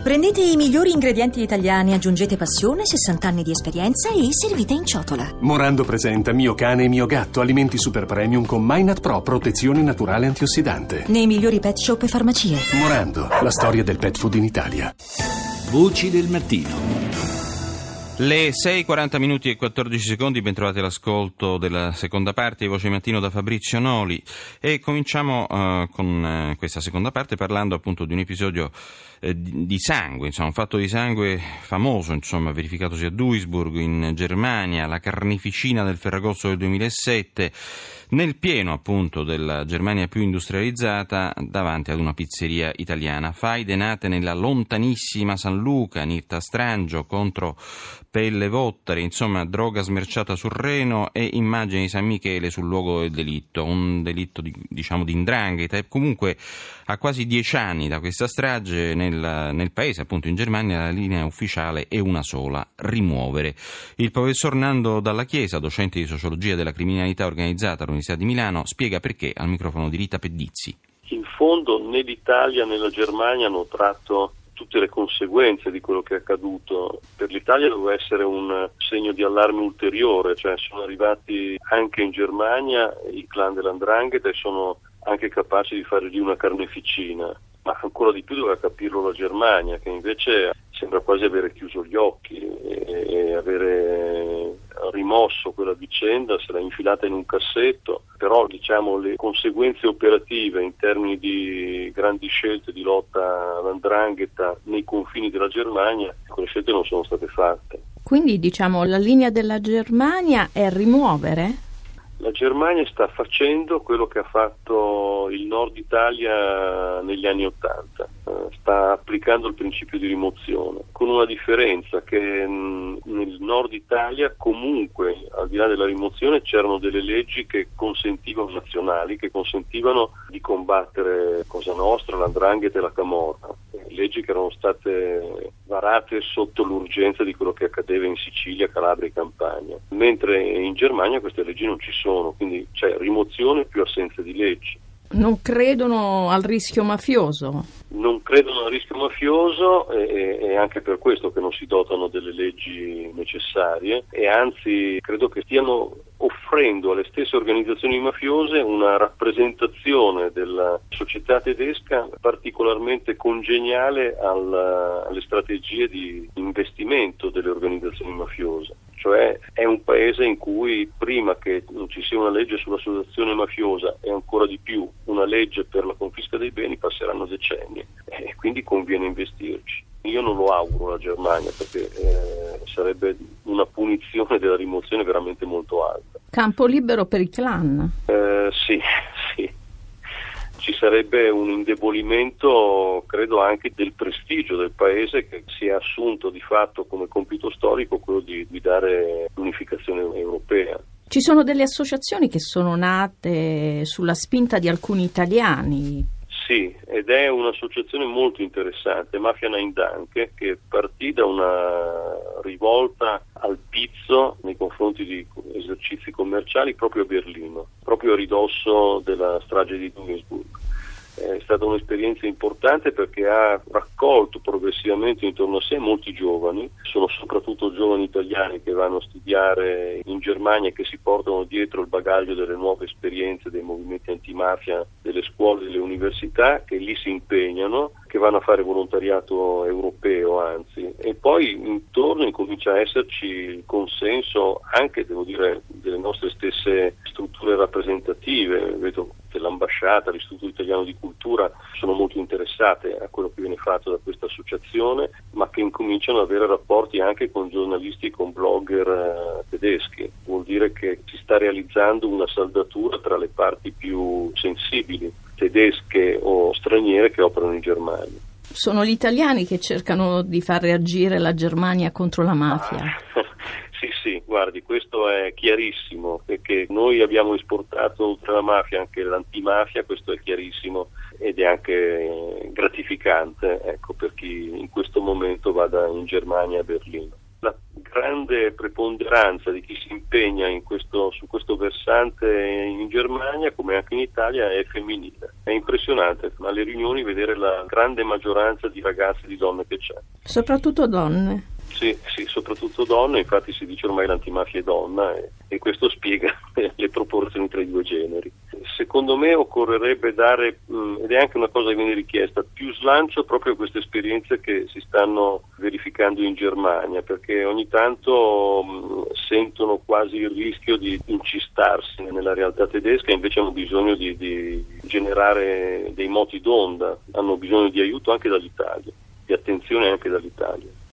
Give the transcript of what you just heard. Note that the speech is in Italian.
Prendete i migliori ingredienti italiani, aggiungete passione, 60 anni di esperienza e servite in ciotola. Morando presenta Mio cane e mio gatto, alimenti super premium con Minat Pro, protezione naturale antiossidante. Nei migliori pet shop e farmacie. Morando, la storia del pet food in Italia. Voci del mattino. Le 6:40 e 14 secondi, ben trovati all'ascolto della seconda parte di Voce Mattino da Fabrizio Noli, e cominciamo con questa seconda parte parlando appunto di un episodio di sangue, insomma un fatto di sangue famoso, insomma verificatosi a Duisburg in Germania, la carneficina del Ferragosto del 2007, nel pieno appunto della Germania più industrializzata, davanti ad una pizzeria italiana. Faide nate nella lontanissima San Luca, Nirta Strangio contro Pelle Vottari, insomma droga smerciata sul Reno e immagini di San Michele sul luogo del delitto, un delitto di 'ndrangheta. E comunque a quasi 10 anni da questa strage nel paese, appunto in Germania, la linea ufficiale è una sola: rimuovere. Il professor Nando Dalla Chiesa, docente di sociologia della criminalità organizzata all'Università di Milano, spiega perché al microfono di Rita Pedizzi. In fondo né l'Italia né la Germania hanno tratto tutte le conseguenze di quello che è accaduto. Per l'Italia doveva essere un segno di allarme ulteriore, cioè sono arrivati anche in Germania i clan dell''ndrangheta e sono anche capaci di fare lì una carneficina, ma ancora di più doveva capirlo la Germania, che invece sembra quasi avere chiuso gli occhi e avere rimosso quella vicenda, se l'ha infilata in un cassetto. Però diciamo le conseguenze operative in termini di grandi scelte di lotta all''ndrangheta nei confini della Germania, quelle scelte non sono state fatte. Quindi diciamo la linea della Germania è rimuovere? La Germania sta facendo quello che ha fatto il Nord Italia negli anni '80, sta applicando il principio di rimozione, con una differenza che nel Nord Italia comunque, al di là della rimozione, c'erano delle leggi che consentivano, nazionali, che consentivano di combattere Cosa Nostra, l''ndrangheta e la camorra, leggi che erano state varate sotto l'urgenza di quello che accadeva in Sicilia, Calabria e Campania, mentre in Germania queste leggi non ci sono, quindi c'è rimozione più assenza di leggi. Non credono al rischio mafioso? Non credono al rischio mafioso e anche per questo che non si dotano delle leggi necessarie, e anzi credo che stiano offrendo alle stesse organizzazioni mafiose una rappresentazione della società tedesca particolarmente congeniale alle strategie di investimento delle organizzazioni mafiose. Cioè è un paese in cui prima che non ci sia una legge sull'associazione mafiosa e ancora di più una legge per la confisca dei beni passeranno decenni e quindi conviene investirci. Io non lo auguro alla Germania perché sarebbe una punizione della rimozione veramente molto alta. Campo libero per i clan? Sì. Ci sarebbe un indebolimento, credo, anche del prestigio del paese, che si è assunto di fatto come compito storico quello di guidare l'unificazione europea. Ci sono delle associazioni che sono nate sulla spinta di alcuni italiani. Sì, ed è un'associazione molto interessante, Mafia Nein Danke, che partì da una rivolta al pizzo nei confronti di esercizi commerciali proprio a Berlino, proprio a ridosso della strage di Duisburg. È stata un'esperienza importante perché ha raccolto progressivamente intorno a sé molti giovani, sono soprattutto giovani italiani che vanno a studiare in Germania e che si portano dietro il bagaglio delle nuove esperienze dei movimenti antimafia delle scuole e delle università, che lì si impegnano, che vanno a fare volontariato europeo anzi, e poi intorno incomincia a esserci il consenso anche, devo dire, delle nostre stesse strutture rappresentative. Vedo che l'ambasciata, l'Istituto Italiano di Cultura sono molto interessate a quello che viene fatto da questa associazione, ma che incominciano ad avere rapporti anche con giornalisti e con blogger tedeschi. Vuol dire che si sta realizzando una saldatura tra le parti più sensibili, tedesche o straniere, che operano in Germania. Sono gli italiani che cercano di far reagire la Germania contro la mafia? Sì, guardi, questo è chiarissimo, perché noi abbiamo esportato oltre la mafia anche l'antimafia, questo è chiarissimo ed è anche gratificante, ecco, per chi in questo momento vada in Germania, a Berlino. La grande preponderanza di chi si impegna su questo versante in Germania, come anche in Italia, è femminile. È impressionante alle riunioni vedere la grande maggioranza di ragazze e di donne che c'è. Soprattutto donne. Sì, soprattutto donne, infatti si dice ormai l'antimafia è donna e questo spiega le proporzioni tra i due generi. Secondo me occorrerebbe dare, ed è anche una cosa che viene richiesta, più slancio proprio a queste esperienze che si stanno verificando in Germania, perché ogni tanto sentono quasi il rischio di incistarsi nella realtà tedesca, invece hanno bisogno di generare dei moti d'onda, hanno bisogno di aiuto anche dall'Italia, di attenzione anche dall'Italia.